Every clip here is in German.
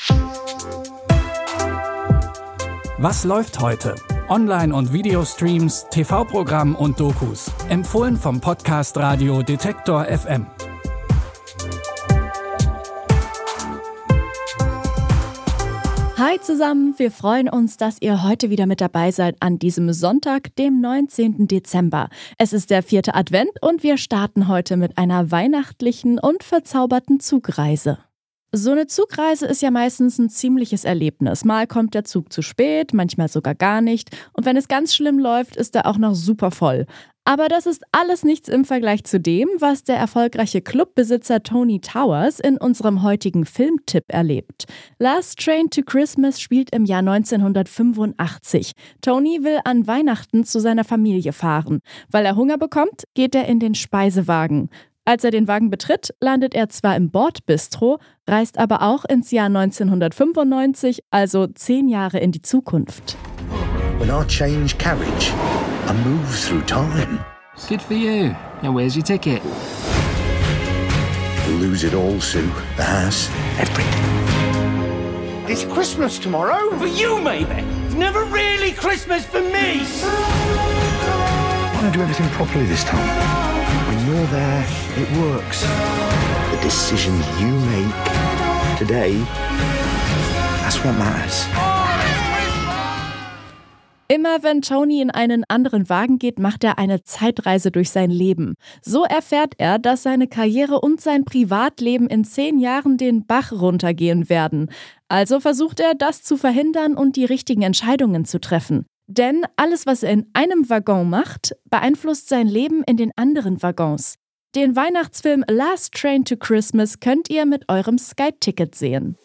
Was läuft heute? Online- und Videostreams, TV-Programm und Dokus. Empfohlen vom Podcast Radio Detektor FM. Hi zusammen, wir freuen uns, dass ihr heute wieder mit dabei seid an diesem Sonntag, dem 19. Dezember. Es ist der 4. Advent und wir starten heute mit einer weihnachtlichen und verzauberten Zugreise. So eine Zugreise ist ja meistens ein ziemliches Erlebnis. Mal kommt der Zug zu spät, manchmal sogar gar nicht. Und wenn es ganz schlimm läuft, ist er auch noch super voll. Aber das ist alles nichts im Vergleich zu dem, was der erfolgreiche Clubbesitzer Tony Towers in unserem heutigen Filmtipp erlebt. Last Train to Christmas spielt im Jahr 1985. Tony will an Weihnachten zu seiner Familie fahren. Weil er Hunger bekommt, geht er in den Speisewagen. Als er den Wagen betritt, landet er zwar im Bordbistro, reist aber auch ins Jahr 1995, also 10 Jahre in die Zukunft. When I change carriage, I move through time. Good for you. Now where's your ticket? You'll lose it all, Sue. The house, everything. It's Christmas tomorrow. For you, maybe. It's never really Christmas for me. I want to do everything properly this time. When you're there, it works. The decisions you make today, that's what matters. Immer wenn Tony in einen anderen Wagen geht, macht er eine Zeitreise durch sein Leben. So erfährt er, dass seine Karriere und sein Privatleben in 10 Jahren den Bach runtergehen werden. Also versucht er, das zu verhindern und die richtigen Entscheidungen zu treffen. Denn alles, was er in einem Waggon macht, beeinflusst sein Leben in den anderen Waggons. Den Weihnachtsfilm Last Train to Christmas könnt ihr mit eurem Sky-Ticket sehen.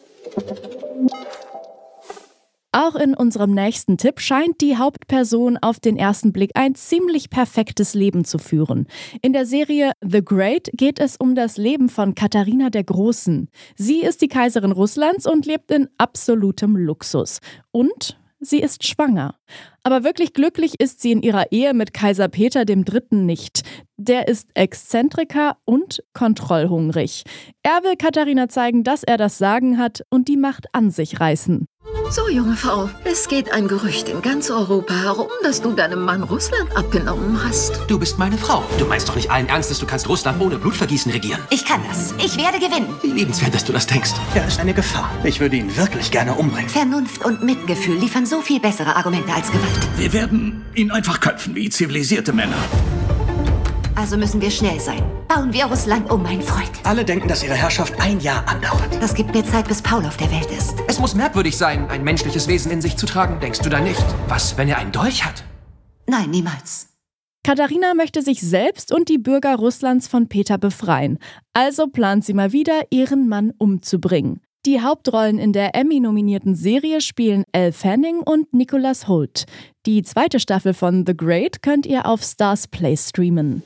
Auch in unserem nächsten Tipp scheint die Hauptperson auf den ersten Blick ein ziemlich perfektes Leben zu führen. In der Serie The Great geht es um das Leben von Katharina der Großen. Sie ist die Kaiserin Russlands und lebt in absolutem Luxus. Und sie ist schwanger. Aber wirklich glücklich ist sie in ihrer Ehe mit Kaiser Peter III. Nicht. Der ist Exzentriker und kontrollhungrig. Er will Katharina zeigen, dass er das Sagen hat und die Macht an sich reißen. So, junge Frau, es geht ein Gerücht in ganz Europa herum, dass du deinem Mann Russland abgenommen hast. Du bist meine Frau. Du meinst doch nicht allen Ernstes, du kannst Russland ohne Blutvergießen regieren. Ich kann das. Ich werde gewinnen. Wie liebenswert, dass du das denkst. Er ist eine Gefahr. Ich würde ihn wirklich gerne umbringen. Vernunft und Mitgefühl liefern so viel bessere Argumente als Gewalt. Wir werden ihn einfach köpfen, wie zivilisierte Männer. Also müssen wir schnell sein. Bauen wir Russland um, mein Freund. Alle denken, dass ihre Herrschaft 1 Jahr andauert. Das gibt mir Zeit, bis Paul auf der Welt ist. Es muss merkwürdig sein, ein menschliches Wesen in sich zu tragen. Denkst du da nicht? Was, wenn er einen Dolch hat? Nein, niemals. Katharina möchte sich selbst und die Bürger Russlands von Peter befreien. Also plant sie mal wieder, ihren Mann umzubringen. Die Hauptrollen in der Emmy-nominierten Serie spielen Elle Fanning und Nicholas Hoult. Die 2. Staffel von The Great könnt ihr auf Stars Play streamen.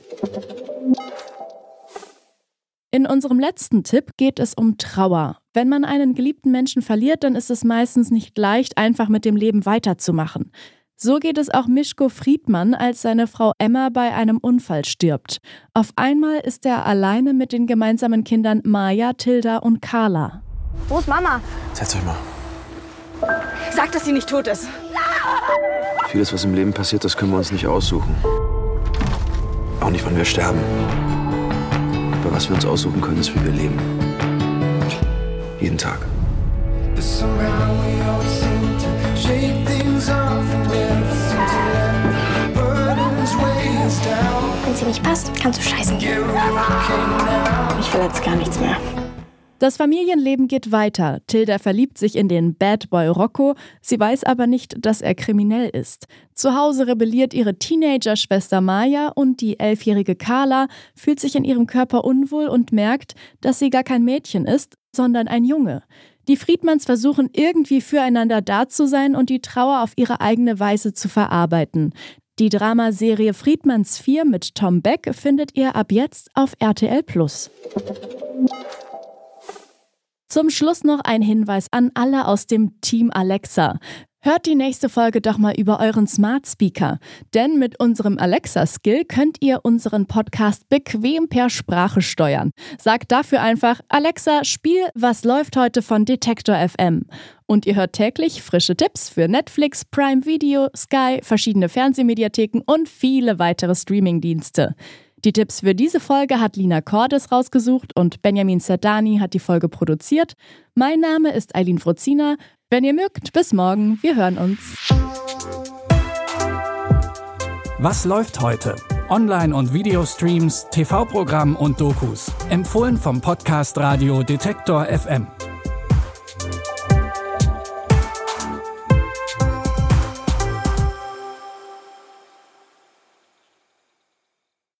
In unserem letzten Tipp geht es um Trauer. Wenn man einen geliebten Menschen verliert, dann ist es meistens nicht leicht, einfach mit dem Leben weiterzumachen. So geht es auch Mischko Friedmann, als seine Frau Emma bei einem Unfall stirbt. Auf einmal ist er alleine mit den gemeinsamen Kindern Maja, Tilda und Carla. Wo ist Mama? Setz euch mal. Sag, dass sie nicht tot ist. Vieles, was im Leben passiert, das können wir uns nicht aussuchen. Auch nicht, wann wir sterben. Aber was wir uns aussuchen können, ist, wie wir leben. Jeden Tag. Wenn sie nicht passt, kannst du scheißen gehen. Ich will jetzt gar nichts mehr. Das Familienleben geht weiter. Tilda verliebt sich in den Bad Boy Rocco. Sie weiß aber nicht, dass er kriminell ist. Zu Hause rebelliert ihre Teenager-Schwester Maja und die 11-jährige Carla fühlt sich in ihrem Körper unwohl und merkt, dass sie gar kein Mädchen ist, sondern ein Junge. Die Friedmanns versuchen irgendwie füreinander da zu sein und die Trauer auf ihre eigene Weise zu verarbeiten. Die Dramaserie Friedmanns 4 mit Tom Beck findet ihr ab jetzt auf RTL+. Zum Schluss noch ein Hinweis an alle aus dem Team Alexa. Hört die nächste Folge doch mal über euren Smart Speaker. Denn mit unserem Alexa-Skill könnt ihr unseren Podcast bequem per Sprache steuern. Sagt dafür einfach: Alexa, spiel Was läuft heute von Detektor FM. Und ihr hört täglich frische Tipps für Netflix, Prime Video, Sky, verschiedene Fernsehmediatheken und viele weitere Streamingdienste. Die Tipps für diese Folge hat Lina Cordes rausgesucht und Benjamin Zerdani hat die Folge produziert. Mein Name ist Eileen Frozina. Wenn ihr mögt, bis morgen. Wir hören uns. Was läuft heute? Online- und Videostreams, TV-Programm und Dokus. Empfohlen vom Podcast Radio Detektor FM.